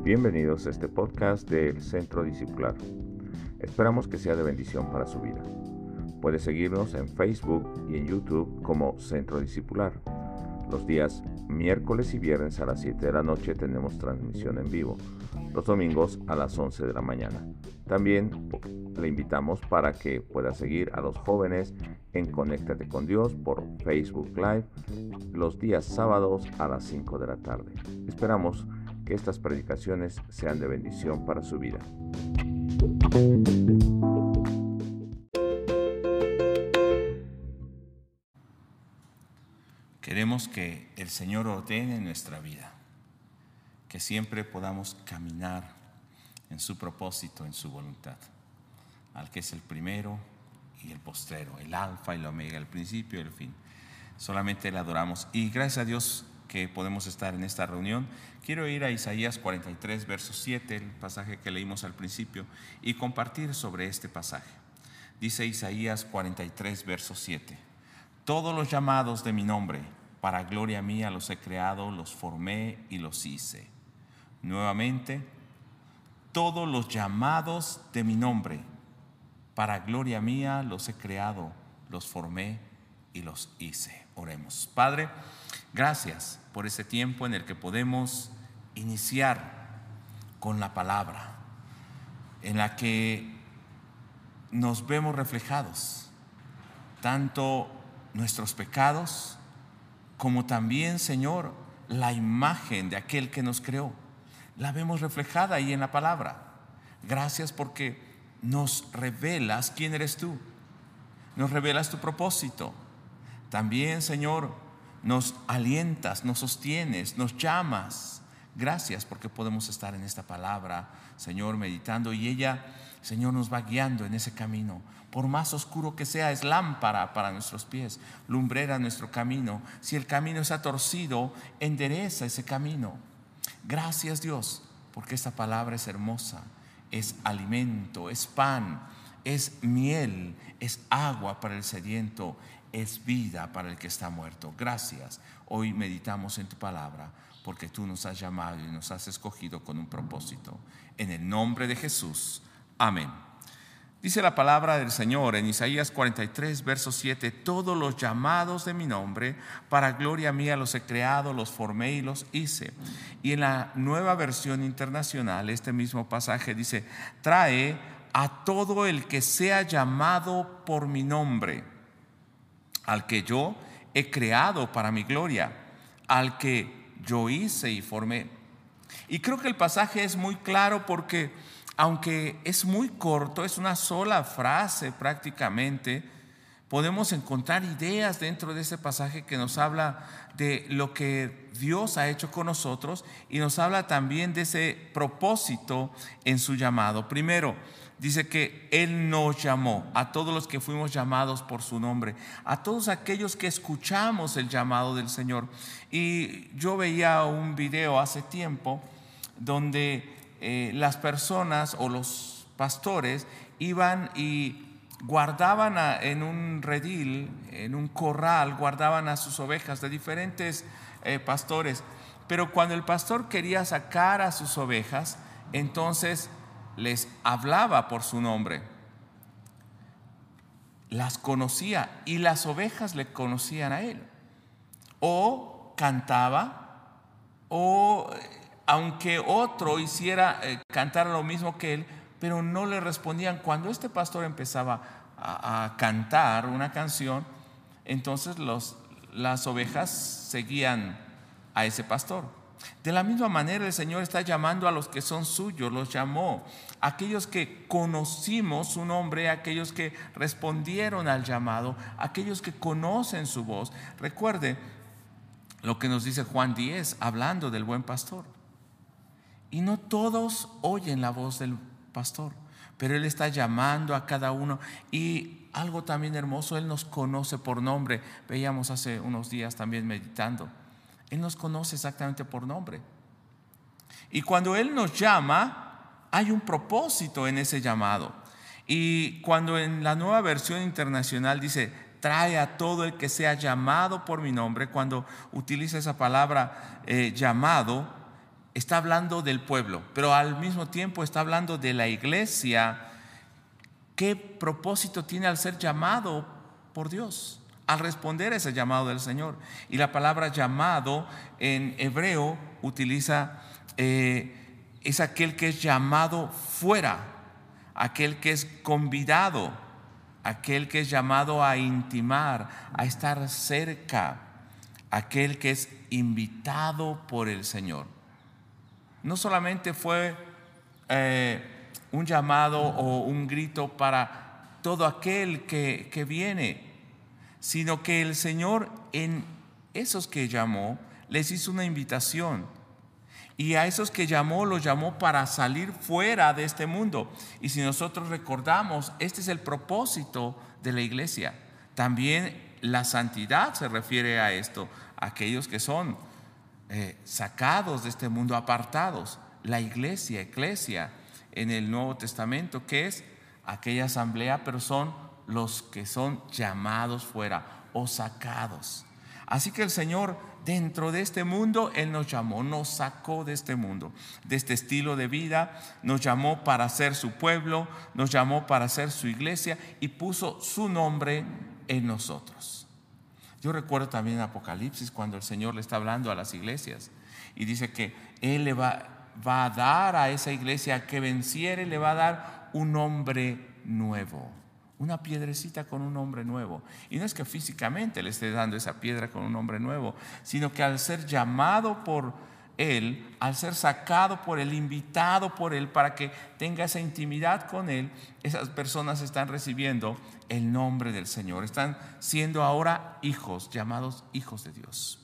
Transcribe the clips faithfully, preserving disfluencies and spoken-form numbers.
Bienvenidos a este podcast del Centro Discipular. Esperamos que sea de bendición para su vida. Puede seguirnos en Facebook y en YouTube como Centro Discipular. Los días miércoles y viernes a las siete de la noche tenemos transmisión en vivo. Los domingos a las once de la mañana. También le invitamos para que pueda seguir a los jóvenes en Conéctate con Dios por Facebook Live los días sábados a las cinco de la tarde. Esperamos que estas predicaciones sean de bendición para su vida. Queremos que el Señor ordene nuestra vida, que siempre podamos caminar en su propósito, en su voluntad, al que es el primero y el postrero, el alfa y el omega, el principio y el fin. Solamente le adoramos y gracias a Dios que podemos estar en esta reunión. Quiero ir a Isaías cuarenta y tres, verso siete, el pasaje que leímos al principio, y compartir sobre este pasaje. Dice Isaías cuarenta y tres, verso siete: todos los llamados de mi nombre, para gloria mía los he creado, los formé y los hice. Nuevamente, todos los llamados de mi nombre, para gloria mía los he creado, los formé y los hice. Oremos. Padre, gracias por este tiempo en el que podemos iniciar con la palabra, en la que nos vemos reflejados, tanto nuestros pecados, como también, Señor, la imagen de aquel que nos creó. La vemos reflejada ahí en la palabra. Gracias porque nos revelas quién eres tú. Nos revelas tu propósito. También, Señor, nos alientas, nos sostienes, nos llamas. Gracias porque podemos estar en esta palabra, Señor, meditando, y ella, Señor, nos va guiando en ese camino. Por más oscuro que sea, es lámpara para nuestros pies, lumbrera nuestro camino. Si el camino está torcido, endereza ese camino. Gracias, Dios, porque esta palabra es hermosa, es alimento, es pan, es miel, es agua para el sediento, es vida para el que está muerto. Gracias. Hoy meditamos en tu palabra porque tú nos has llamado y nos has escogido con un propósito. En el nombre de Jesús. Amén. Dice la palabra del Señor en Isaías cuarenta y tres, verso siete: todos los llamados de mi nombre, para gloria mía los he creado, los formé y los hice. Y en la Nueva Versión Internacional, este mismo pasaje dice: trae a todo el que sea llamado por mi nombre, al que yo he creado para mi gloria, al que yo hice y formé. Y creo que el pasaje es muy claro porque, aunque es muy corto, es una sola frase prácticamente, podemos encontrar ideas dentro de ese pasaje que nos habla de lo que Dios ha hecho con nosotros y nos habla también de ese propósito en su llamado. Primero, dice que Él nos llamó a todos los que fuimos llamados por su nombre, a todos aquellos que escuchamos el llamado del Señor. Y yo veía un video hace tiempo donde eh, las personas o los pastores iban y guardaban a, en un redil, en un corral, guardaban a sus ovejas de diferentes eh, pastores. Pero cuando el pastor quería sacar a sus ovejas, entonces les hablaba por su nombre, las conocía y las ovejas le conocían a él. O cantaba, o aunque otro hiciera eh, cantar lo mismo que él, pero no le respondían. Cuando este pastor empezaba a, a cantar una canción, entonces los, las ovejas seguían a ese pastor. De la misma manera, el Señor está llamando a los que son suyos, los llamó, aquellos que conocimos su nombre, aquellos que respondieron al llamado, aquellos que conocen su voz. Recuerde lo que nos dice Juan diez, hablando del buen pastor. Y no todos oyen la voz del pastor, pero Él está llamando a cada uno. Y algo también hermoso, Él nos conoce por nombre. Veíamos hace unos días también meditando. Él nos conoce exactamente por nombre. Y cuando Él nos llama, hay un propósito en ese llamado. Y cuando en la Nueva Versión Internacional dice: trae a todo el que sea llamado por mi nombre, cuando utiliza esa palabra eh, llamado, está hablando del pueblo, pero al mismo tiempo está hablando de la iglesia. ¿Qué propósito tiene al ser llamado por Dios? Al responder a ese llamado del Señor. Y la palabra llamado en hebreo utiliza, eh, es aquel que es llamado fuera, aquel que es convidado, aquel que es llamado a intimar, a estar cerca, aquel que es invitado por el Señor. No solamente fue eh, un llamado o un grito para todo aquel que, que viene, sino que el Señor en esos que llamó les hizo una invitación. Y a esos que llamó, los llamó para salir fuera de este mundo. Y si nosotros recordamos, este es el propósito de la iglesia. También la santidad se refiere a esto, a aquellos que son eh, sacados de este mundo, apartados. La iglesia, eclesia, en el Nuevo Testamento, que es aquella asamblea, pero son los que son llamados fuera o sacados. Así que el Señor, dentro de este mundo, Él nos llamó, nos sacó de este mundo, de este estilo de vida, nos llamó para ser su pueblo, nos llamó para ser su iglesia y puso su nombre en nosotros. Yo recuerdo también en Apocalipsis cuando el Señor le está hablando a las iglesias y dice que Él le va, va a dar a esa iglesia que venciere, le va a dar un nombre nuevo. Una piedrecita con un nombre nuevo. Y no es que físicamente le esté dando esa piedra con un nombre nuevo, sino que al ser llamado por Él, al ser sacado por Él, invitado por Él para que tenga esa intimidad con Él, esas personas están recibiendo el nombre del Señor. Están siendo ahora hijos, llamados hijos de Dios.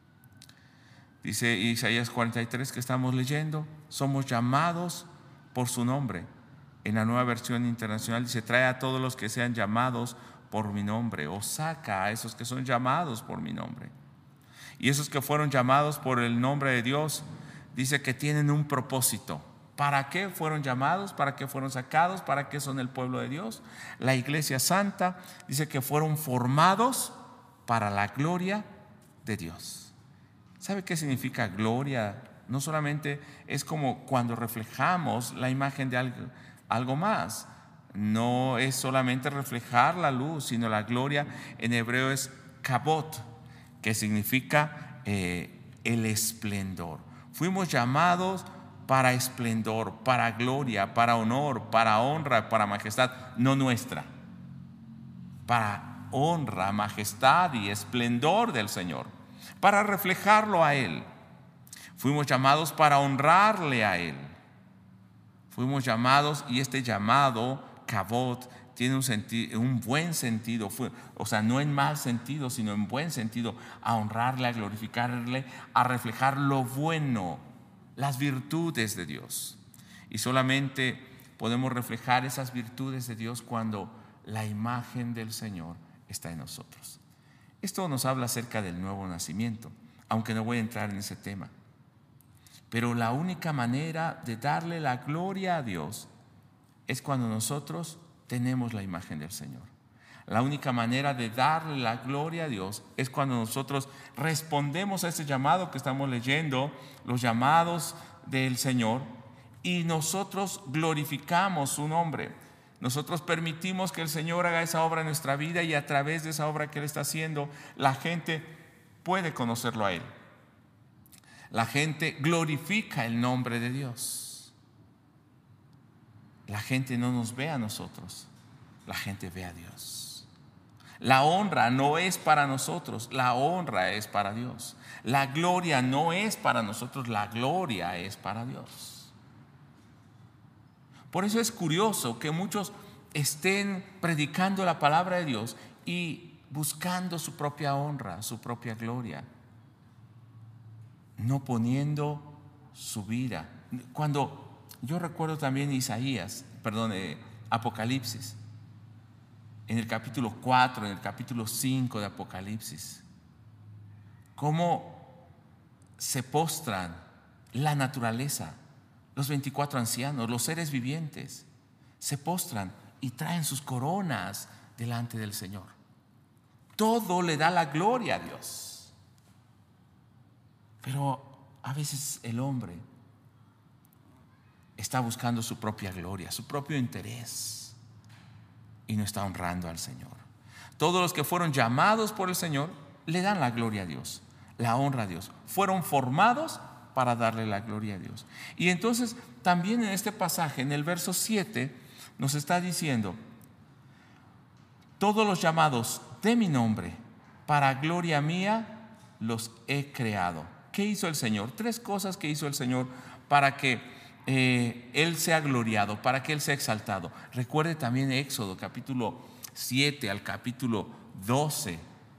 Dice Isaías cuarenta y tres que estamos leyendo, somos llamados por su nombre. En la Nueva Versión Internacional dice, trae a todos los que sean llamados por mi nombre, o saca a esos que son llamados por mi nombre. Y esos que fueron llamados por el nombre de Dios, dice que tienen un propósito. ¿Para qué fueron llamados? ¿Para qué fueron sacados? ¿Para qué son el pueblo de Dios? La iglesia santa dice que fueron formados para la gloria de Dios. ¿Sabe qué significa gloria? No solamente es como cuando reflejamos la imagen de algo, algo más. No es solamente reflejar la luz, sino la gloria en hebreo es kabot, que significa eh, el esplendor. Fuimos llamados para esplendor, para gloria, para honor, para honra, para majestad, no nuestra, para honra, majestad y esplendor del Señor, para reflejarlo a Él. Fuimos llamados para honrarle a Él. Fuimos llamados, y este llamado, kabot, tiene un, sentido, un buen sentido, o sea, no en mal sentido, sino en buen sentido, a honrarle, a glorificarle, a reflejar lo bueno, las virtudes de Dios. Y solamente podemos reflejar esas virtudes de Dios cuando la imagen del Señor está en nosotros. Esto nos habla acerca del nuevo nacimiento, aunque no voy a entrar en ese tema. Pero la única manera de darle la gloria a Dios es cuando nosotros tenemos la imagen del Señor. La única manera de darle la gloria a Dios es cuando nosotros respondemos a ese llamado que estamos leyendo, los llamados del Señor, y nosotros glorificamos su nombre. Nosotros permitimos que el Señor haga esa obra en nuestra vida, y a través de esa obra que Él está haciendo, la gente puede conocerlo a Él. La gente glorifica el nombre de Dios. La gente no nos ve a nosotros, la gente ve a Dios. La honra no es para nosotros, la honra es para Dios. La gloria no es para nosotros, la gloria es para Dios. Por eso es curioso que muchos estén predicando la palabra de Dios y buscando su propia honra, su propia gloria, no poniendo su vida. Cuando yo recuerdo también Isaías, perdón, eh, Apocalipsis, en el capítulo cuatro, en el capítulo cinco de Apocalipsis, cómo se postran la naturaleza, los veinticuatro ancianos, los seres vivientes, se postran y traen sus coronas delante del Señor. Todo le da la gloria a Dios. Pero a veces el hombre está buscando su propia gloria, su propio interés, y no está honrando al Señor. Todos los que fueron llamados por el Señor le dan la gloria a Dios, la honra a Dios. Fueron formados para darle la gloria a Dios. Y entonces también en este pasaje, en el verso siete, nos está diciendo: todos los llamados de mi nombre, para gloria mía, los he creado. ¿Qué hizo el Señor? Tres cosas que hizo el Señor para que eh, Él sea gloriado, para que Él sea exaltado. Recuerde también Éxodo capítulo siete al capítulo doce,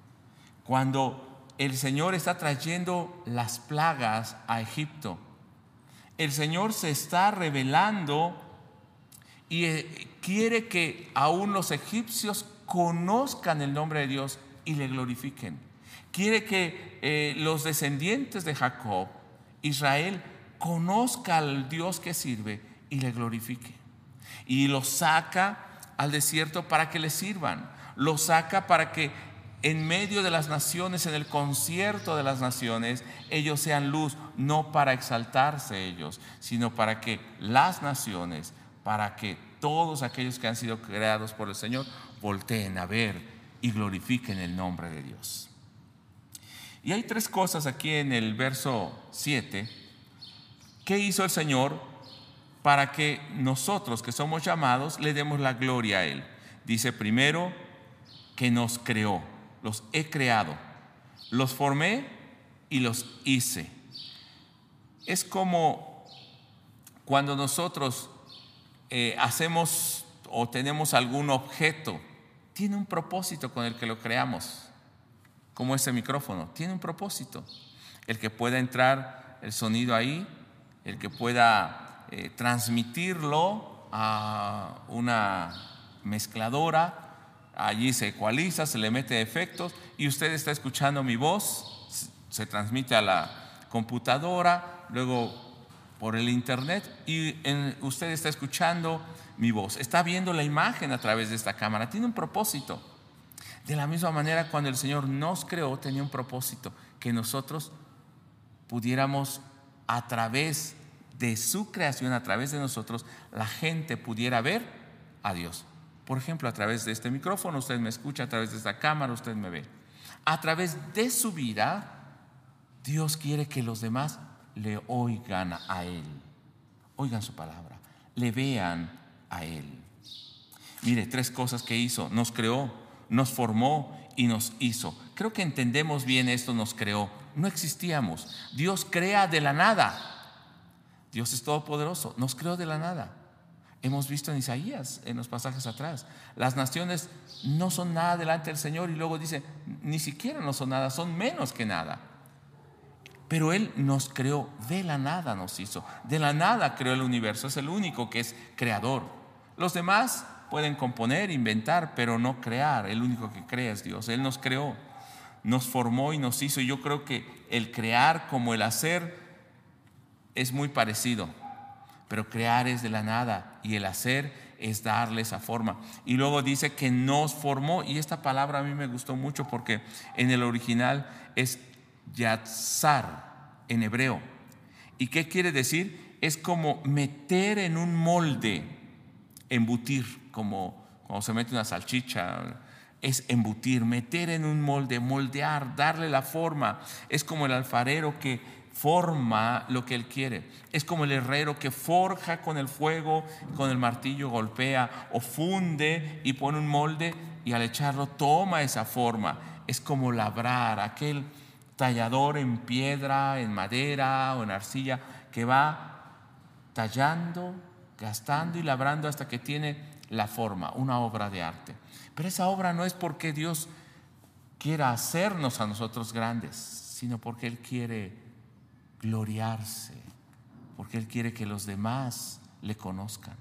cuando el Señor está trayendo las plagas a Egipto. El Señor se está revelando y eh, quiere que aún los egipcios conozcan el nombre de Dios y le glorifiquen. Quiere que eh, los descendientes de Jacob, Israel, conozca al Dios que sirve y le glorifique. Y los saca al desierto para que le sirvan. Los saca para que en medio de las naciones, en el concierto de las naciones, ellos sean luz, no para exaltarse ellos, sino para que las naciones, para que todos aquellos que han sido creados por el Señor volteen a ver y glorifiquen el nombre de Dios. Y hay tres cosas aquí en el verso siete. ¿Qué hizo el Señor para que nosotros que somos llamados le demos la gloria a Él? Dice primero que nos creó, los he creado, los formé y los hice. Es como cuando nosotros eh, hacemos o tenemos algún objeto, tiene un propósito con el que lo creamos, como este micrófono, tiene un propósito. El que pueda entrar el sonido ahí, el que pueda eh, transmitirlo a una mezcladora, allí se ecualiza, se le mete efectos y usted está escuchando mi voz, se transmite a la computadora, luego por el internet, y en, usted está escuchando mi voz, está viendo la imagen a través de esta cámara, tiene un propósito. De la misma manera, cuando el Señor nos creó, tenía un propósito, que nosotros pudiéramos, a través de su creación, a través de nosotros, la gente pudiera ver a Dios. Por ejemplo, a través de este micrófono, usted me escucha, a través de esta cámara, usted me ve. A través de su vida, Dios quiere que los demás le oigan a Él, oigan su palabra, le vean a Él. Mire, tres cosas que hizo: nos creó, nos formó y nos hizo. Creo que entendemos bien esto: nos creó. No existíamos. Dios crea de la nada. Dios es todopoderoso, nos creó de la nada. Hemos visto en Isaías, en los pasajes atrás, las naciones no son nada delante del Señor, y luego dice, ni siquiera no son nada, son menos que nada. Pero Él nos creó de la nada, nos hizo. De la nada creó el universo, es el único que es creador. Los demás pueden componer, inventar, pero no crear. El único que crea es Dios. Él nos creó, nos formó y nos hizo. Y yo creo que el crear como el hacer es muy parecido, pero crear es de la nada y el hacer es darle esa forma. Y luego dice que nos formó, y esta palabra a mí me gustó mucho porque en el original es yatzar en hebreo. ¿Y qué quiere decir? Es como meter en un molde, embutir, como cuando se mete una salchicha, es embutir, meter en un molde, moldear, darle la forma. Es como el alfarero que forma lo que él quiere. Es como el herrero que forja con el fuego, con el martillo golpea o funde y pone un molde, y al echarlo toma esa forma. Es como labrar, aquel tallador en piedra, en madera o en arcilla, que va tallando, gastando y labrando hasta que tiene la forma, una obra de arte. Pero esa obra no es porque Dios quiera hacernos a nosotros grandes, sino porque Él quiere gloriarse, porque Él quiere que los demás le conozcan.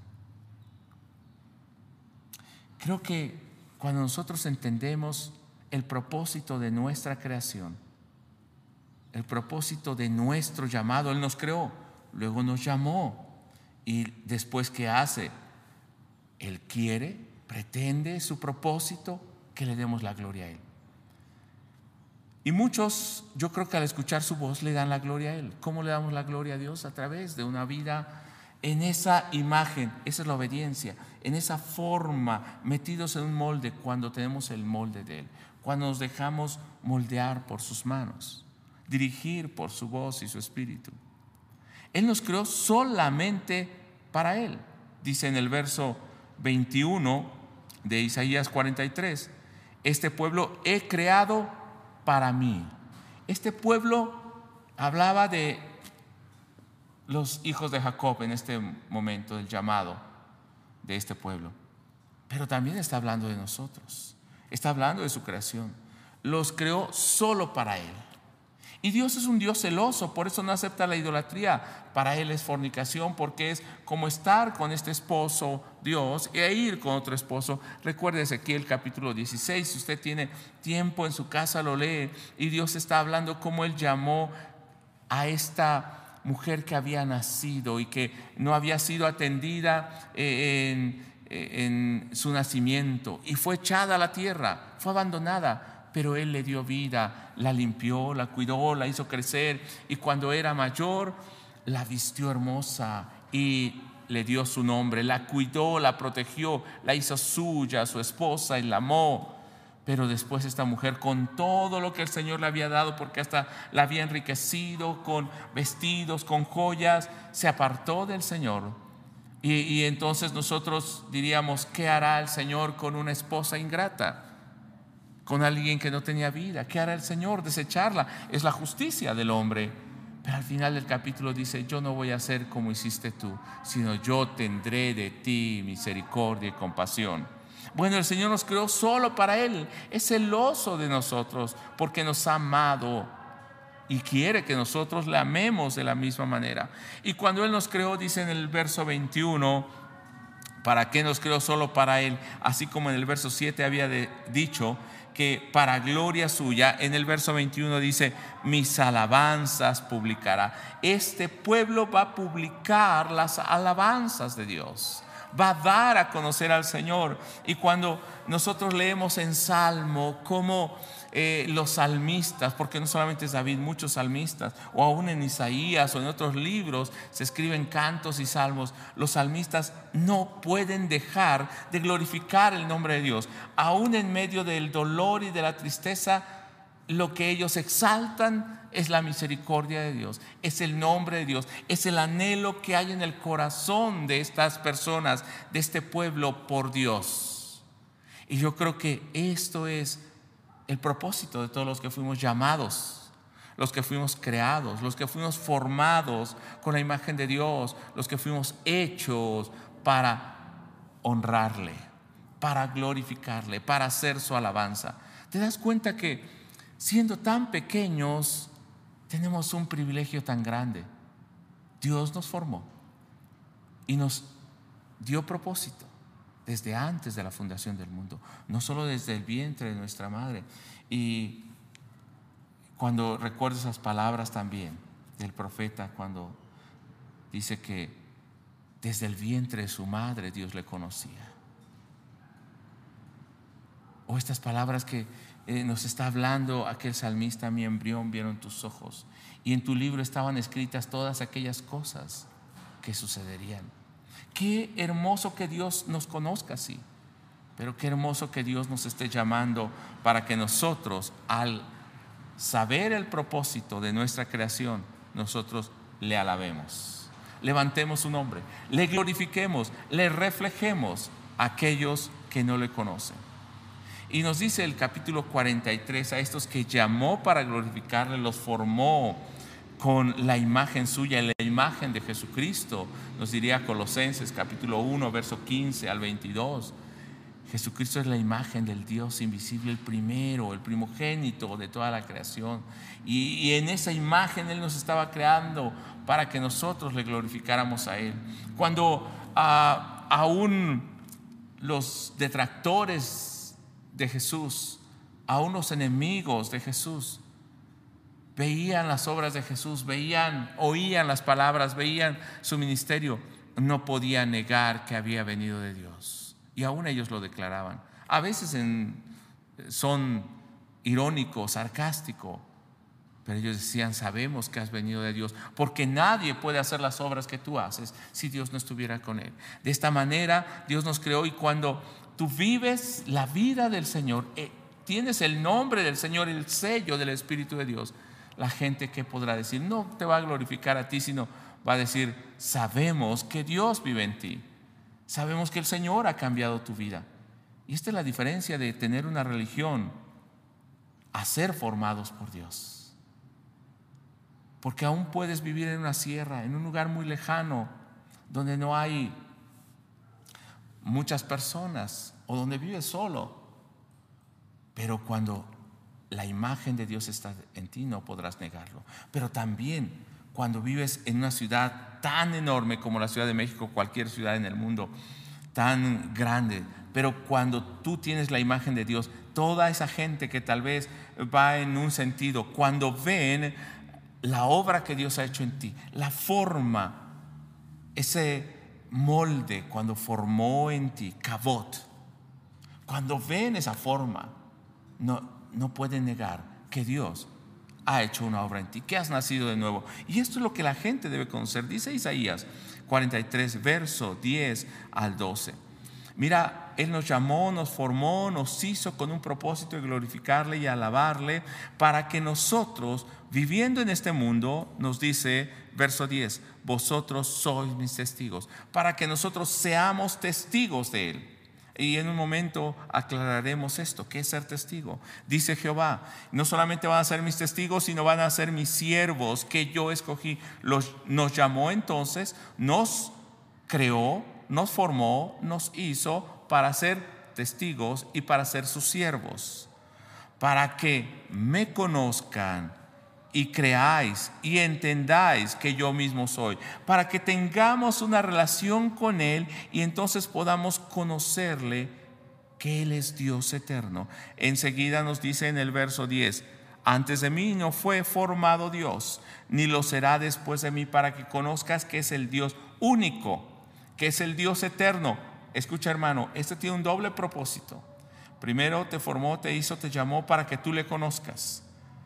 Creo que cuando nosotros entendemos el propósito de nuestra creación, el propósito de nuestro llamado, Él nos creó, luego nos llamó, y después ¿qué hace? Él quiere, pretende su propósito, que le demos la gloria a Él. Y muchos, yo creo que al escuchar su voz le dan la gloria a Él. ¿Cómo le damos la gloria a Dios? A través de una vida en esa imagen, esa es la obediencia, en esa forma, metidos en un molde cuando tenemos el molde de Él, cuando nos dejamos moldear por sus manos, dirigir por su voz y su espíritu. Él nos creó solamente para Él. Dice en el verso veintiuno de Isaías cuarenta y tres, este pueblo he creado para mí. Este pueblo hablaba de los hijos de Jacob en este momento, del llamado de este pueblo, pero también está hablando de nosotros, está hablando de su creación. Los creó solo para Él. Y Dios es un Dios celoso, por eso no acepta la idolatría. Para Él es fornicación, porque es como estar con este esposo Dios e ir con otro esposo. Recuerde Ezequiel capítulo dieciséis, si usted tiene tiempo en su casa lo lee, y Dios está hablando cómo Él llamó a esta mujer que había nacido y que no había sido atendida en, en su nacimiento, y fue echada a la tierra, fue abandonada, pero Él le dio vida, la limpió, la cuidó, la hizo crecer, y cuando era mayor la vistió hermosa y le dio su nombre, la cuidó, la protegió, la hizo suya, su esposa, y la amó. Pero después esta mujer, con todo lo que el Señor le había dado, porque hasta la había enriquecido con vestidos, con joyas, se apartó del Señor. Y, y entonces nosotros diríamos, ¿qué hará el Señor con una esposa ingrata? Con alguien que no tenía vida. ¿Qué hará el Señor? Desecharla. Es la justicia del hombre. Pero al final del capítulo dice, yo no voy a hacer como hiciste tú, sino yo tendré de ti misericordia y compasión. Bueno, el Señor nos creó solo para Él. Es celoso de nosotros porque nos ha amado y quiere que nosotros le amemos de la misma manera. Y cuando Él nos creó, dice en el verso veintiuno, ¿para qué nos creó solo para Él? Así como en el verso siete había de, dicho que para gloria suya, en el verso veintiuno dice, mis alabanzas publicará. Este pueblo va a publicar las alabanzas de Dios, va a dar a conocer al Señor. Y cuando nosotros leemos en Salmo como eh, los salmistas, porque no solamente es David, muchos salmistas, o aún en Isaías o en otros libros se escriben cantos y salmos, los salmistas no pueden dejar de glorificar el nombre de Dios. Aún en medio del dolor y de la tristeza, lo que ellos exaltan es la misericordia de Dios, es el nombre de Dios, es el anhelo que hay en el corazón de estas personas, de este pueblo, por Dios. Y yo creo que esto es el propósito de todos los que fuimos llamados, los que fuimos creados, los que fuimos formados con la imagen de Dios, los que fuimos hechos para honrarle, para glorificarle, para hacer su alabanza. ¿Te das cuenta que siendo tan pequeños tenemos un privilegio tan grande? Dios nos formó y nos dio propósito desde antes de la fundación del mundo, no solo desde el vientre de nuestra madre. Y cuando recuerdo esas palabras también del profeta, cuando dice que desde el vientre de su madre Dios le conocía, o estas palabras que eh, nos está hablando aquel salmista, mi embrión vieron tus ojos, y en tu libro estaban escritas todas aquellas cosas que sucederían. Qué hermoso que Dios nos conozca así, pero qué hermoso que Dios nos esté llamando para que nosotros, al saber el propósito de nuestra creación, nosotros le alabemos, levantemos su nombre, le glorifiquemos, le reflejemos a aquellos que no le conocen. Y nos dice el capítulo cuarenta y tres, a estos que llamó para glorificarle, los formó con la imagen suya, la imagen de Jesucristo. Nos diría Colosenses capítulo uno, verso quince al veintidós. Jesucristo es la imagen del Dios invisible, el primero, el primogénito de toda la creación. Y, y en esa imagen Él nos estaba creando para que nosotros le glorificáramos a Él. Cuando uh, aún los detractores de Jesús, aún los enemigos de Jesús, veían las obras de Jesús, veían, oían las palabras, veían su ministerio, no podían negar que había venido de Dios. Y aún ellos lo declaraban. A veces en, son irónicos, sarcásticos, Pero ellos decían: sabemos que has venido de Dios, porque nadie puede hacer las obras que tú haces si Dios no estuviera con él. De esta manera Dios nos creó, y cuando tú vives la vida del Señor, eh, tienes el nombre del Señor, el sello del Espíritu de Dios, la gente, ¿qué podrá decir? No te va a glorificar a ti, sino va a decir: sabemos que Dios vive en ti, sabemos que el Señor ha cambiado tu vida. Y esta es la diferencia de tener una religión a ser formados por Dios. Porque aún puedes vivir en una sierra, en un lugar muy lejano, donde no hay muchas personas, o donde vives solo. Pero cuando la imagen de Dios está en ti, no podrás negarlo. Pero también cuando vives en una ciudad tan enorme como la Ciudad de México, cualquier ciudad en el mundo tan grande, pero cuando tú tienes la imagen de Dios, toda esa gente que tal vez va en un sentido, cuando ven la obra que Dios ha hecho en ti, la forma, ese molde cuando formó en ti, Kavod, cuando ven esa forma, no, no pueden negar que Dios ha hecho una obra en ti, que has nacido de nuevo. Y esto es lo que la gente debe conocer. Dice Isaías cuarenta y tres, verso diez al doce. Mira, Él nos llamó, nos formó, nos hizo con un propósito de glorificarle y alabarle, para que nosotros, viviendo en este mundo, nos dice, verso diez, vosotros sois mis testigos, para que nosotros seamos testigos de Él. Y en un momento aclararemos esto, ¿qué es ser testigo? Dice Jehová: no solamente van a ser mis testigos, sino van a ser mis siervos que yo escogí. Los, nos llamó entonces, nos creó, nos formó, nos hizo para ser testigos y para ser sus siervos, para que me conozcan y creáis y entendáis que yo mismo soy, para que tengamos una relación con Él y entonces podamos conocerle, que Él es Dios eterno. Enseguida nos dice en el verso diez: antes de mí no fue formado Dios, ni lo será después de mí, para que conozcas que es el Dios único, que es el Dios eterno. Escucha, hermano, este tiene un doble propósito. Primero te formó, te hizo, te llamó para que tú le conozcas.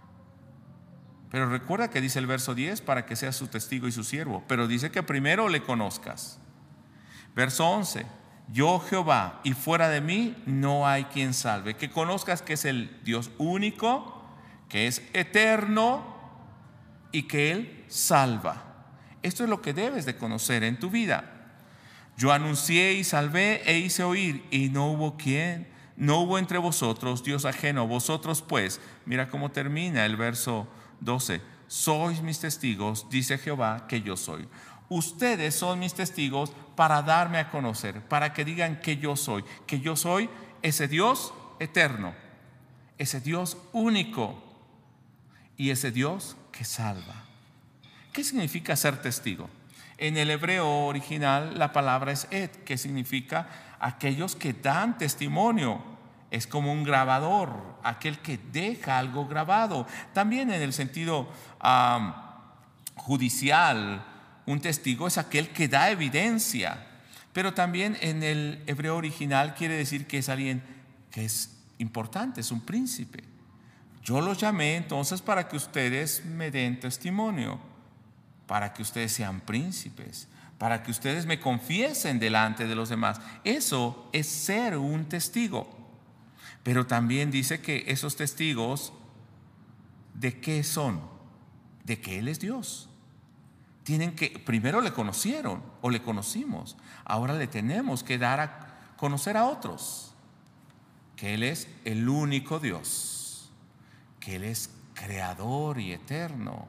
Pero recuerda que dice el verso diez, para que seas su testigo y su siervo. Pero dice que primero le conozcas. Verso once, yo Jehová, y fuera de mí no hay quien salve. Que conozcas que es el Dios único, que es eterno y que Él salva. Esto es lo que debes de conocer en tu vida. Yo anuncié y salvé e hice oír, y no hubo quien, no hubo entre vosotros Dios ajeno. Vosotros pues, mira cómo termina el verso doce, sois mis testigos, dice Jehová, que yo soy. Ustedes son mis testigos para darme a conocer, para que digan que yo soy, que yo soy ese Dios eterno, ese Dios único y ese Dios que salva. ¿Qué significa ser testigo? En el hebreo original la palabra es ed, que significa aquellos que dan testimonio. Es como un grabador, aquel que deja algo grabado. También en el sentido um, judicial, un testigo es aquel que da evidencia. Pero también en el hebreo original quiere decir que es alguien que es importante, es un príncipe. Yo los llamé entonces para que ustedes me den testimonio, para que ustedes sean príncipes, para que ustedes me confiesen delante de los demás. Eso es ser un testigo. Pero también dice que esos testigos, ¿de qué son? De que Él es Dios. Tienen que, primero le conocieron o le conocimos, ahora le tenemos que dar a conocer a otros que Él es el único Dios, que Él es creador y eterno,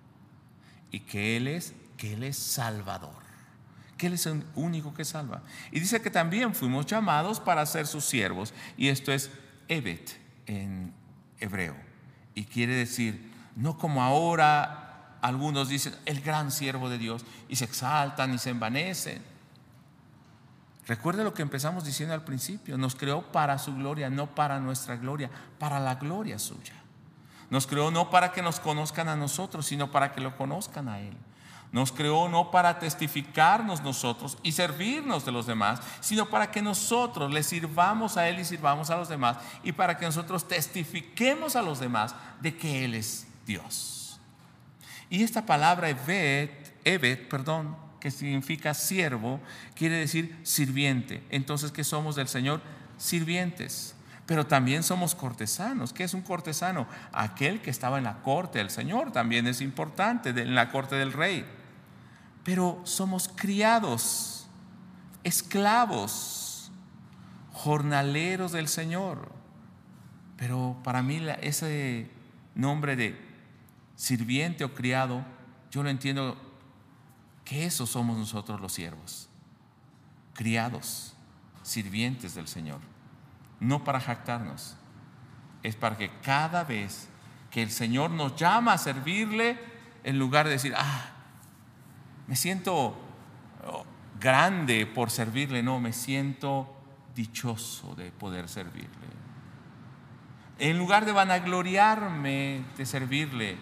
y que Él es, que Él es salvador, que Él es el único que salva. Y dice que también fuimos llamados para ser sus siervos, y esto es Evet en hebreo, y quiere decir, no como ahora algunos dicen el gran siervo de Dios y se exaltan y se envanecen. Recuerde lo que empezamos diciendo al principio: nos creó para su gloria, no para nuestra gloria, para la gloria suya. Nos creó no para que nos conozcan a nosotros, sino para que lo conozcan a Él. Nos creó no para testificarnos nosotros y servirnos de los demás, sino para que nosotros le sirvamos a Él y sirvamos a los demás, y para que nosotros testifiquemos a los demás de que Él es Dios. Y esta palabra Evet, Evet, perdón, que significa siervo, quiere decir sirviente. Entonces, ¿qué somos del Señor? Sirvientes. Pero también somos cortesanos. ¿Qué es un cortesano? Aquel que estaba en la corte del Señor, también es importante, en la corte del rey. Pero somos criados, esclavos, jornaleros del Señor. Pero para mí ese nombre de sirviente o criado, yo lo entiendo que eso somos nosotros los siervos, criados, sirvientes del Señor. No para jactarnos, es para que cada vez que el Señor nos llama a servirle, en lugar de decir, ah, me siento grande por servirle, no, me siento dichoso de poder servirle. En lugar de vanagloriarme de servirle,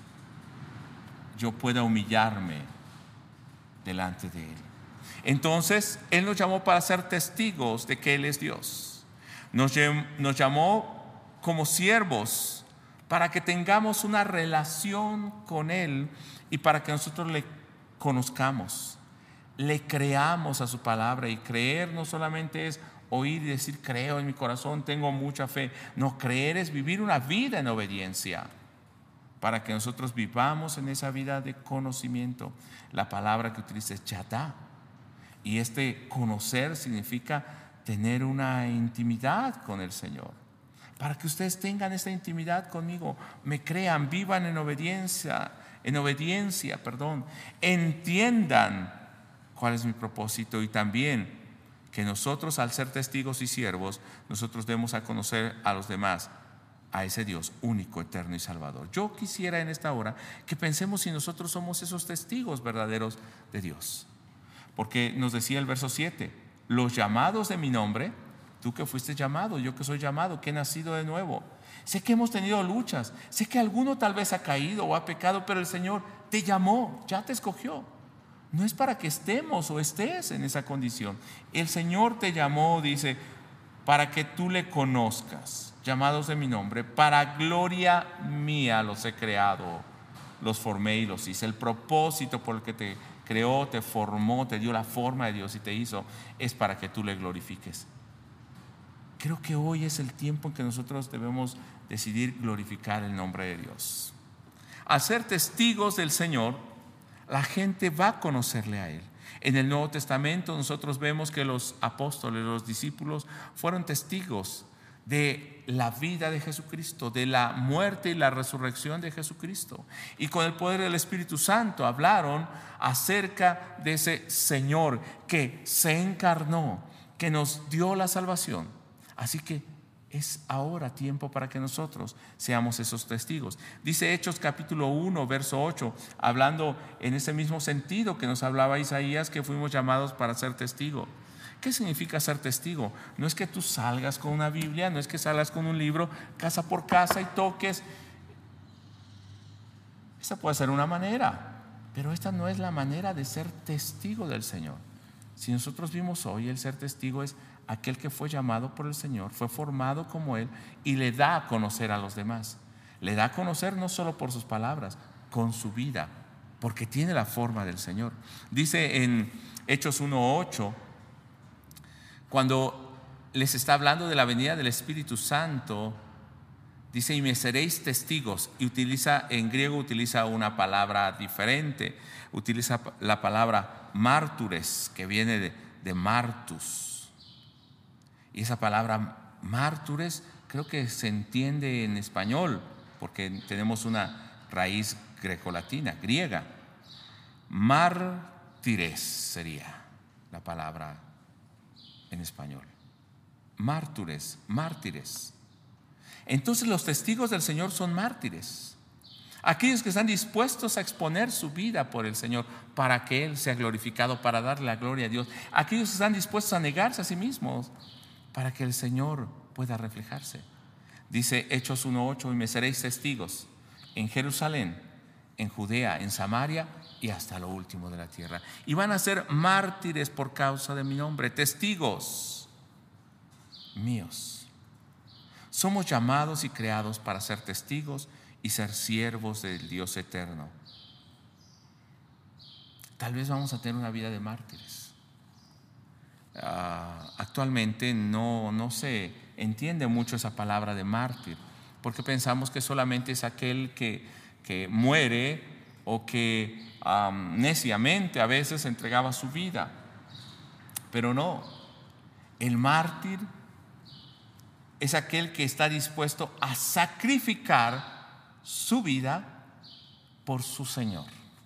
yo pueda humillarme delante de Él. Entonces, Él nos llamó para ser testigos de que Él es Dios. Nos, nos llamó como siervos para que tengamos una relación con Él y para que nosotros le conozcamos, le creamos a su palabra. Y creer no solamente es oír y decir creo en mi corazón, tengo mucha fe. No, creer es vivir una vida en obediencia, para que nosotros vivamos en esa vida de conocimiento. La palabra que utiliza es yadá, y este conocer significa tener una intimidad con el Señor. Para que ustedes tengan esta intimidad conmigo, me crean, vivan en obediencia, en obediencia, perdón, entiendan cuál es mi propósito, y también que nosotros, al ser testigos y siervos, nosotros demos a conocer a los demás a ese Dios único, eterno y salvador. Yo quisiera en esta hora que pensemos si nosotros somos esos testigos verdaderos de Dios. Porque nos decía el verso siete, los llamados de mi nombre, tú que fuiste llamado, yo que soy llamado, que he nacido de nuevo. Sé que hemos tenido luchas, sé que alguno tal vez ha caído o ha pecado, pero el Señor te llamó, ya te escogió. No es para que estemos o estés en esa condición. El Señor te llamó, dice, para que tú le conozcas. Llamados de mi nombre, para gloria mía los he creado, los formé y los hice. El propósito por el que te creó, te formó, te dio la forma de Dios y te hizo, es para que tú le glorifiques. Creo que hoy es el tiempo en que nosotros debemos decidir glorificar el nombre de Dios. Al ser testigos del Señor, la gente va a conocerle a Él. En el Nuevo Testamento nosotros vemos que los apóstoles, los discípulos, fueron testigos de la vida de Jesucristo, de la muerte y la resurrección de Jesucristo. Y con el poder del Espíritu Santo hablaron acerca de ese Señor que se encarnó, que nos dio la salvación. Así que es ahora tiempo para que nosotros seamos esos testigos. Dice Hechos capítulo uno, verso ocho, hablando en ese mismo sentido que nos hablaba Isaías, que fuimos llamados para ser testigos. ¿Qué significa ser testigo? No es que tú salgas con una Biblia, no es que salgas con un libro casa por casa y toques. Esta puede ser una manera, pero esta no es la manera de ser testigo del Señor. Si nosotros vimos hoy, el ser testigo es aquel que fue llamado por el Señor, fue formado como Él y le da a conocer a los demás. Le da a conocer no solo por sus palabras, con su vida, porque tiene la forma del Señor. Dice en Hechos uno ocho, cuando les está hablando de la venida del Espíritu Santo, dice, y me seréis testigos, y utiliza, en griego utiliza una palabra diferente, utiliza la palabra mártures, que viene de, de martus. Y esa palabra mártures creo que se entiende en español, porque tenemos una raíz grecolatina, griega. Mártires sería la palabra en español. Mártires, mártires. Entonces los testigos del Señor son mártires, aquellos que están dispuestos a exponer su vida por el Señor para que Él sea glorificado, para darle la gloria a Dios. Aquellos que están dispuestos a negarse a sí mismos para que el Señor pueda reflejarse. Dice Hechos uno ocho, y me seréis testigos en Jerusalén, en Judea, en Samaria y hasta lo último de la tierra. Y van a ser mártires por causa de mi nombre, testigos míos. Somos llamados y creados para ser testigos y ser siervos del Dios eterno. Tal vez vamos a tener una vida de mártires. Uh, actualmente no, no se entiende mucho esa palabra de mártir, porque pensamos que solamente es aquel que, que muere o que um, neciamente a veces entregaba su vida. Pero no, el mártir es aquel que está dispuesto a sacrificar su vida por su Señor,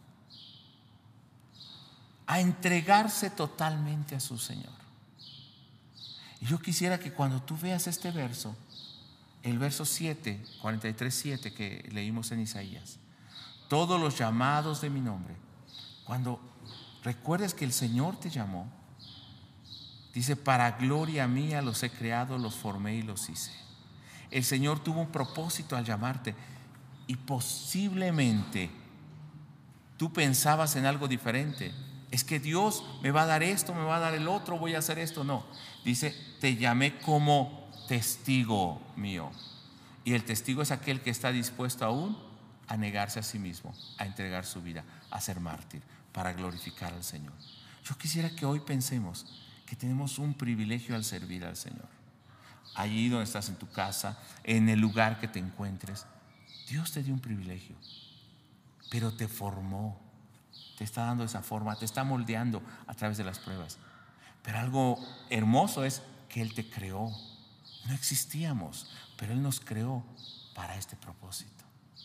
a entregarse totalmente a su Señor. Y yo quisiera que cuando tú veas este verso, el verso siete, cuarenta y tres, siete que leímos en Isaías, todos los llamados de mi nombre, cuando recuerdes que el Señor te llamó, dice: para gloria mía los he creado, los formé y los hice. El Señor tuvo un propósito al llamarte, y posiblemente tú pensabas en algo diferente. Es que Dios me va a dar esto, me va a dar el otro, voy a hacer esto. No, dice: te llamé como testigo mío. Y el testigo es aquel que está dispuesto aún a negarse a sí mismo, a entregar su vida, a ser mártir, para glorificar al Señor. Yo quisiera que hoy pensemos que tenemos un privilegio al servir al Señor. Allí donde estás, en tu casa, en el lugar que te encuentres, Dios te dio un privilegio, pero te formó, te está dando esa forma, te está moldeando a través de las pruebas. Pero algo hermoso es que Él te creó. No existíamos, pero Él nos creó para este propósito.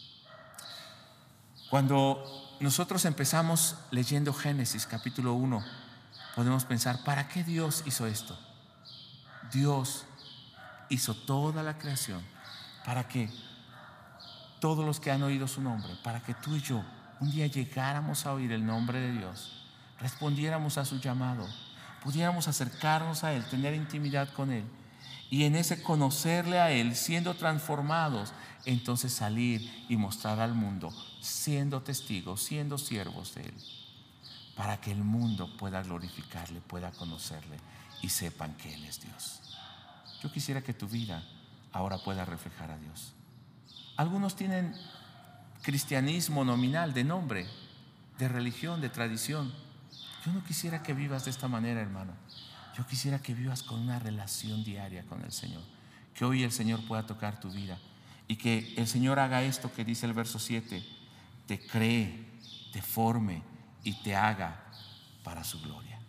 Cuando nosotros empezamos leyendo Génesis capítulo uno, podemos pensar: ¿para qué Dios hizo esto? Dios hizo toda la creación para que todos los que han oído su nombre, para que tú y yo un día llegáramos a oír el nombre de Dios, respondiéramos a su llamado, pudiéramos acercarnos a Él, tener intimidad con Él, y en ese conocerle a Él, siendo transformados, entonces salir y mostrar al mundo, siendo testigos, siendo siervos de Él, para que el mundo pueda glorificarle, pueda conocerle y sepan que Él es Dios. Yo quisiera que tu vida ahora pueda reflejar a Dios. Algunos tienen cristianismo nominal, de nombre, de religión, de tradición. Yo no quisiera que vivas de esta manera, hermano. Yo quisiera que vivas con una relación diaria con el Señor. Que hoy el Señor pueda tocar tu vida y que el Señor haga esto que dice el verso siete: te cree, te forme y te haga para su gloria.